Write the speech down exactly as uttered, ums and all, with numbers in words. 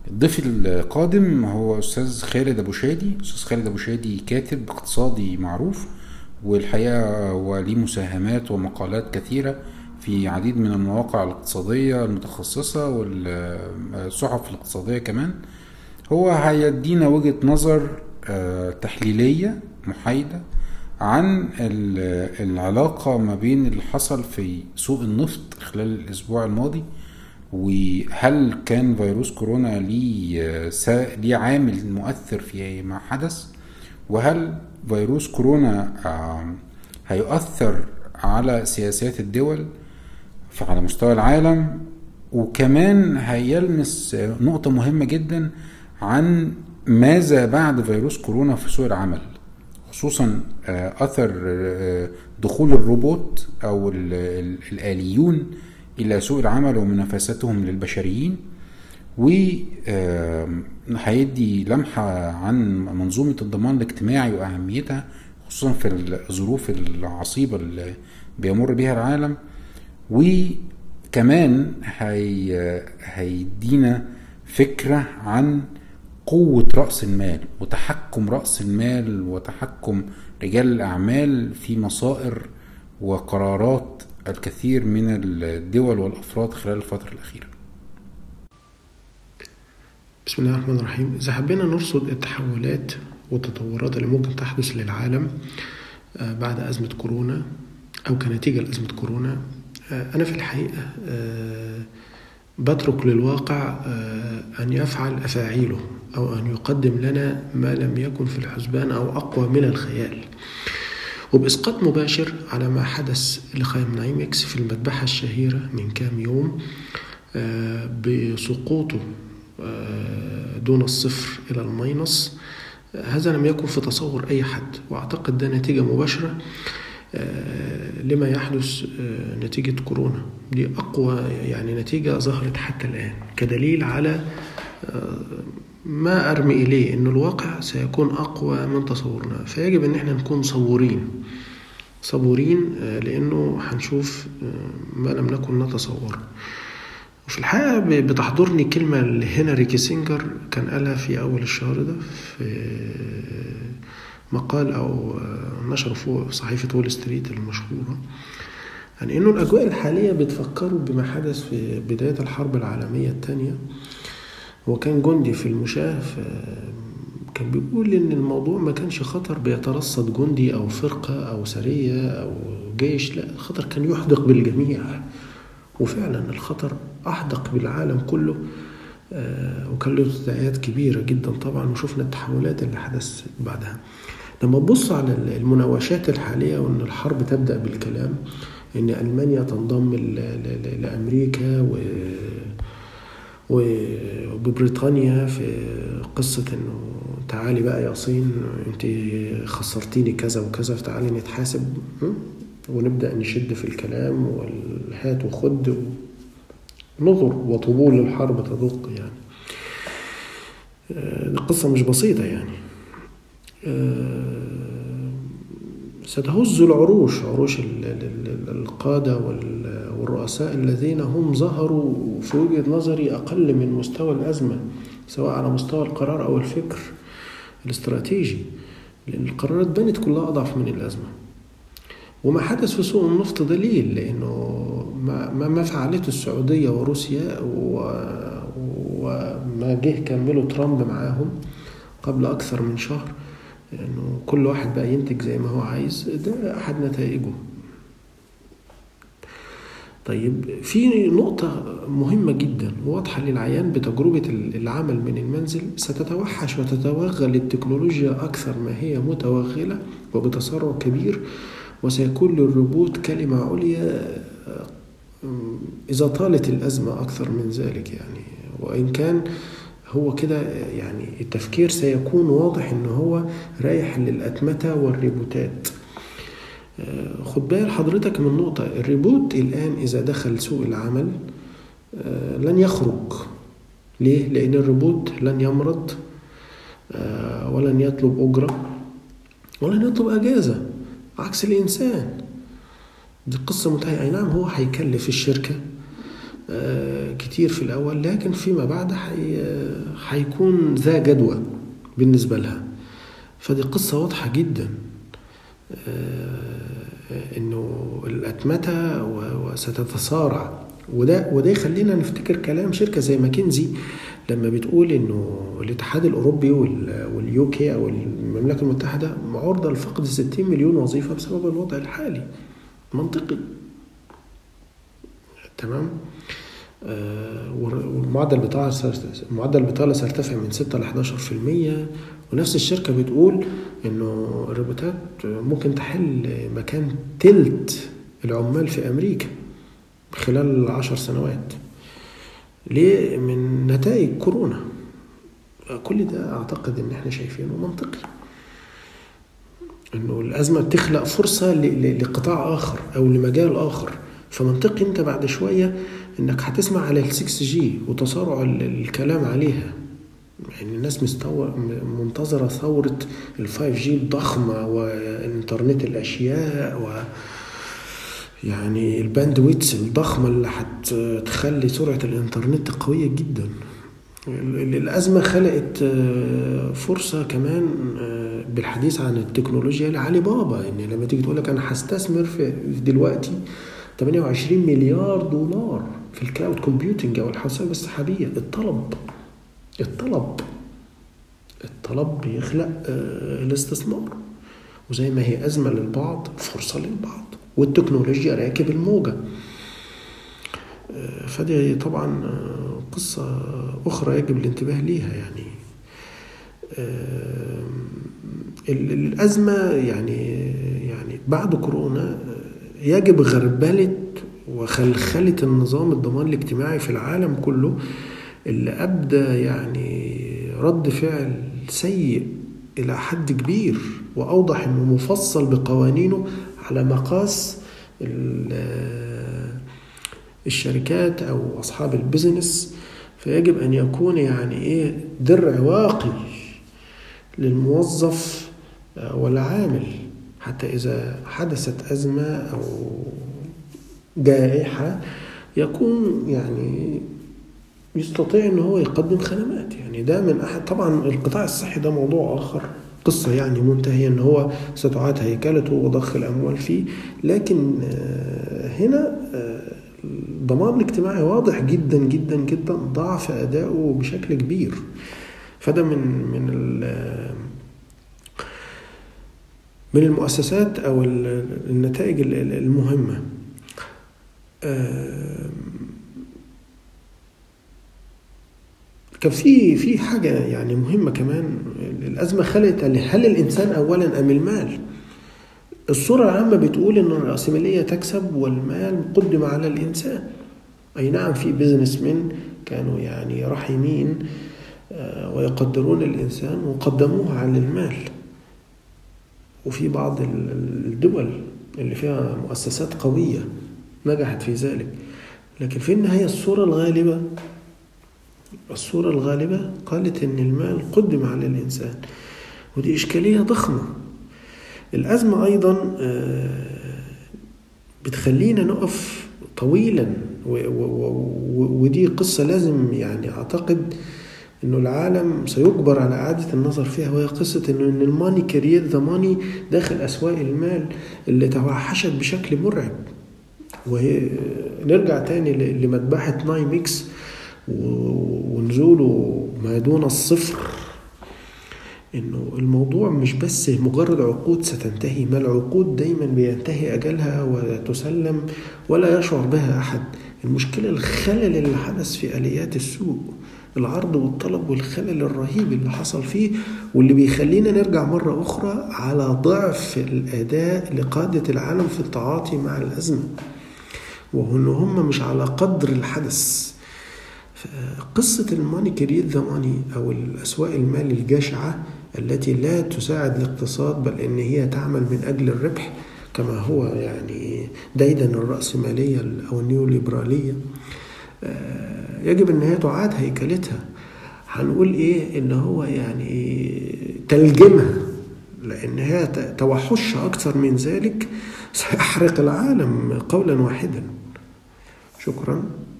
الضيف القادم هو أستاذ خالد أبو شادي. أستاذ خالد أبو شادي كاتب اقتصادي معروف، والحقيقة هو ليه مساهمات ومقالات كثيرة في عديد من المواقع الاقتصادية المتخصصة والصحف الاقتصادية كمان. هو هيدينا وجهة نظر آه، تحليلية محايدة عن ال- العلاقة ما بين اللي حصل في سوق النفط خلال الأسبوع الماضي، وهل كان فيروس كورونا ليه سا- ليه عامل مؤثر في ما حدث، وهل فيروس كورونا آم، هيؤثر على سياسات الدول ف- على مستوى العالم. وكمان هيلمس نقطة مهمة جدا عن ماذا بعد فيروس كورونا في سوق العمل، خصوصا آه، أثر آه، دخول الروبوت أو ال- ال- الآليون إلى سوق العمل ومنافستهم للبشريين. وهيدي لمحة عن منظومة الضمان الاجتماعي وأهميتها، خصوصا في الظروف العصيبة اللي بيمر بها العالم. وكمان هي هيدينا فكرة عن قوة رأس المال وتحكم رأس المال وتحكم رجال الأعمال في مصائر وقرارات الكثير من الدول والأفراد خلال الفترة الأخيرة. بسم الله الرحمن الرحيم. إذا حبينا نرصد التحولات والتطورات اللي ممكن تحدث للعالم بعد أزمة كورونا أو كنتيجة لأزمة كورونا، أنا في الحقيقة بترك للواقع أن يفعل أفاعيله أو أن يقدم لنا ما لم يكن في الحسبان أو أقوى من الخيال، وبإسقاط مباشر على ما حدث لخايم نايمكس في المذبحة الشهيرة من كام يوم بسقوطه دون الصفر إلى الماينص. هذا لم يكن في تصور أي حد، وأعتقد ده نتيجة مباشرة لما يحدث نتيجة كورونا. دي أقوى يعني نتيجة ظهرت حتى الآن كدليل على ما أرمي إليه أن الواقع سيكون أقوى من تصورنا. فيجب أن احنا نكون صبورين صبورين لأنه هنشوف ما لم نكن نتصور. وفي الحقيقة بتحضرني كلمة لهنري كيسنجر كان قالها في أول الشهر ده في مقال أو نشر فوق صحيفة وول ستريت المشهورة، عن يعني إنه الأجواء الحالية بتفكروا بما حدث في بداية الحرب العالمية الثانية. وكان جندي في المشاة كان بيقول إن الموضوع ما كانش خطر بيترصد جندي أو فرقة أو سرية أو جيش، لا، الخطر كان يحدق بالجميع. وفعلا الخطر أحدق بالعالم كله، وكان له تداعيات كبيرة جدا طبعا، وشفنا التحولات اللي حدثت بعدها. لما تبص على المناوشات الحالية وأن الحرب تبدأ بالكلام أن ألمانيا تنضم لأمريكا وبريطانيا في قصة أنه تعالي بقى يا صين أنت خسرتيني كذا وكذا فتعالي نتحاسب، ونبدأ نشد في الكلام والهات وخد نظر وطبول الحرب تدق. يعني القصة مش بسيطة، يعني ستهز العروش عروش القادة والرؤساء الذين هم ظهروا في وجهة نظري أقل من مستوى الأزمة، سواء على مستوى القرار أو الفكر الاستراتيجي، لأن القرارات بنت كلها أضعف من الأزمة. وما حدث في سوق النفط دليل، لأنه ما ما فعلته السعودية وروسيا وما جه كملوا ترامب معاهم قبل أكثر من شهر، لأنه يعني كل واحد بقى ينتج زي ما هو عايز، ده أحد نتائجه. طيب، في نقطة مهمة جدا واضحة للعيان بتجربة العمل من المنزل. ستتوحش وتتوغل التكنولوجيا أكثر ما هي متوغلة وبتسارع كبير، وسيكون للروبوت كلمة عليا إذا طالت الأزمة أكثر من ذلك. يعني وإن كان هو كده، يعني التفكير سيكون واضح إنه هو رايح للأتمتة والريبوتات. خد بال حضرتك من نقطة، الريبوت الآن إذا دخل سوق العمل لن يخرج. ليه؟ لأن الريبوت لن يمرض ولن يطلب أجرة ولن يطلب أجازة عكس الإنسان. دي قصة منتهية. أي نعم، هو هيكلف الشركة كتير في الأول، لكن فيما بعد هيكون ذا جدوى بالنسبة لها. فدي قصة واضحة جدا إنه الأتمتة وستتسارع. وده وده يخلينا نفتكر كلام شركة زي ماكنزي لما بتقول إنه الاتحاد الأوروبي واليوكي أو المملكة المتحدة عرضة لفقد ستين مليون وظيفة بسبب الوضع الحالي. منطقي، تمام. والمعدل البطالة معدل البطالة سيرتفع من ستة إلى إحدى عشر بالمئة. ونفس الشركة بتقول إنه الروبوتات ممكن تحل مكان تلت العمال في أمريكا خلال عشر سنوات. ليه؟ من نتائج كورونا. كل ده أعتقد إن إحنا شايفينه منطقي، إنه الأزمة بتخلق فرصة لقطاع آخر أو لمجال آخر. فمنطقي أنت بعد شوية إنك هتسمع على السكس جي وتصارع الكلام عليها. يعني الناس مستوى منتظرة ثورة الفايف جي الضخمة وإنترنت الأشياء و يعني الباندويتس الضخمة اللي هتخلي سرعة الإنترنت قوية جدا. الأزمة خلقت فرصة كمان بالحديث عن التكنولوجيا لعلي بابا. إن لما تيجي تقولك أنا هستثمر في دلوقتي ثمانية وعشرين مليار دولار في الكلاود كومبيوتنج أو الحوسبة السحابية. الطلب الطلب الطلب بيخلق الاستثمار، وزي ما هي أزمة للبعض فرصة للبعض، والتكنولوجيا راكب الموجة. فدي طبعا قصة أخرى يجب الانتباه ليها. يعني الأزمة يعني يعني بعد كورونا يجب غربلة وخلخلة النظام الضمان الاجتماعي في العالم كله، اللي أبدى يعني رد فعل سيء إلى حد كبير، وأوضح أنه مفصل بقوانينه على مقاس الشركات أو أصحاب البزنس. فيجب أن يكون يعني إيه درع واقي للموظف والعامل، حتى إذا حدثت أزمة أو جائحة يكون يعني يستطيع أنه هو يقدم خدمات. يعني ده من أحد. طبعا القطاع الصحي ده موضوع آخر، قصة يعني منتهية أنه هو ستعاد هيكلته وضخ الأموال فيه. لكن هنا الضمان الاجتماعي واضح جدا جدا جدا ضعف أداؤه بشكل كبير. فده من من من المؤسسات أو النتائج المهمة. كان في في حاجة يعني مهمة كمان. الأزمة خلت هل الإنسان أولا أم المال؟ الصورة العامة بتقول إن الرأسمالية تكسب والمال قدم على الإنسان. أي نعم، في بيزنس من كانوا يعني رحيمين ويقدرون الإنسان وقدموه على المال، وفي بعض الدول اللي فيها مؤسسات قوية نجحت في ذلك. لكن في النهاية الصورة الغالبة الصورة الغالبة قالت إن المال قدم على الإنسان، ودي إشكالية ضخمة. الأزمة أيضا بتخلينا نقف طويلا، ودي قصة لازم يعني أعتقد إنه العالم سيجبر على إعادة النظر فيها، وهي قصة إنه إن الماني كرييت ذا ماني داخل أسواق المال اللي توحشت بشكل مرعب. وهي نرجع تاني لمذبحة نايميكس ونزوله ما دون الصفر. إنه الموضوع مش بس مجرد عقود ستنتهي، ما العقود دايما بينتهي أجلها وتسلم ولا يشعر بها أحد. المشكلة الخلل اللي حدث في آليات السوق، العرض والطلب والخلل الرهيب اللي حصل فيه، واللي بيخلينا نرجع مرة أخرى على ضعف الأداء لقادة العالم في التعاطي مع الأزمة، وهن هم مش على قدر الحدث. قصة الماني كرييت ذا ماني أو الأسواق المال الجشعة التي لا تساعد الاقتصاد، بل إن هي تعمل من أجل الربح كما هو يعني ديدن الرأسمالية أو النيوليبرالية، يجب أن هي تعاد هيكلتها. هنقول إيه؟ إن هو يعني تلجمها، لأن هي توحش أكثر من ذلك سيحرق العالم قولا واحدا. شكرا.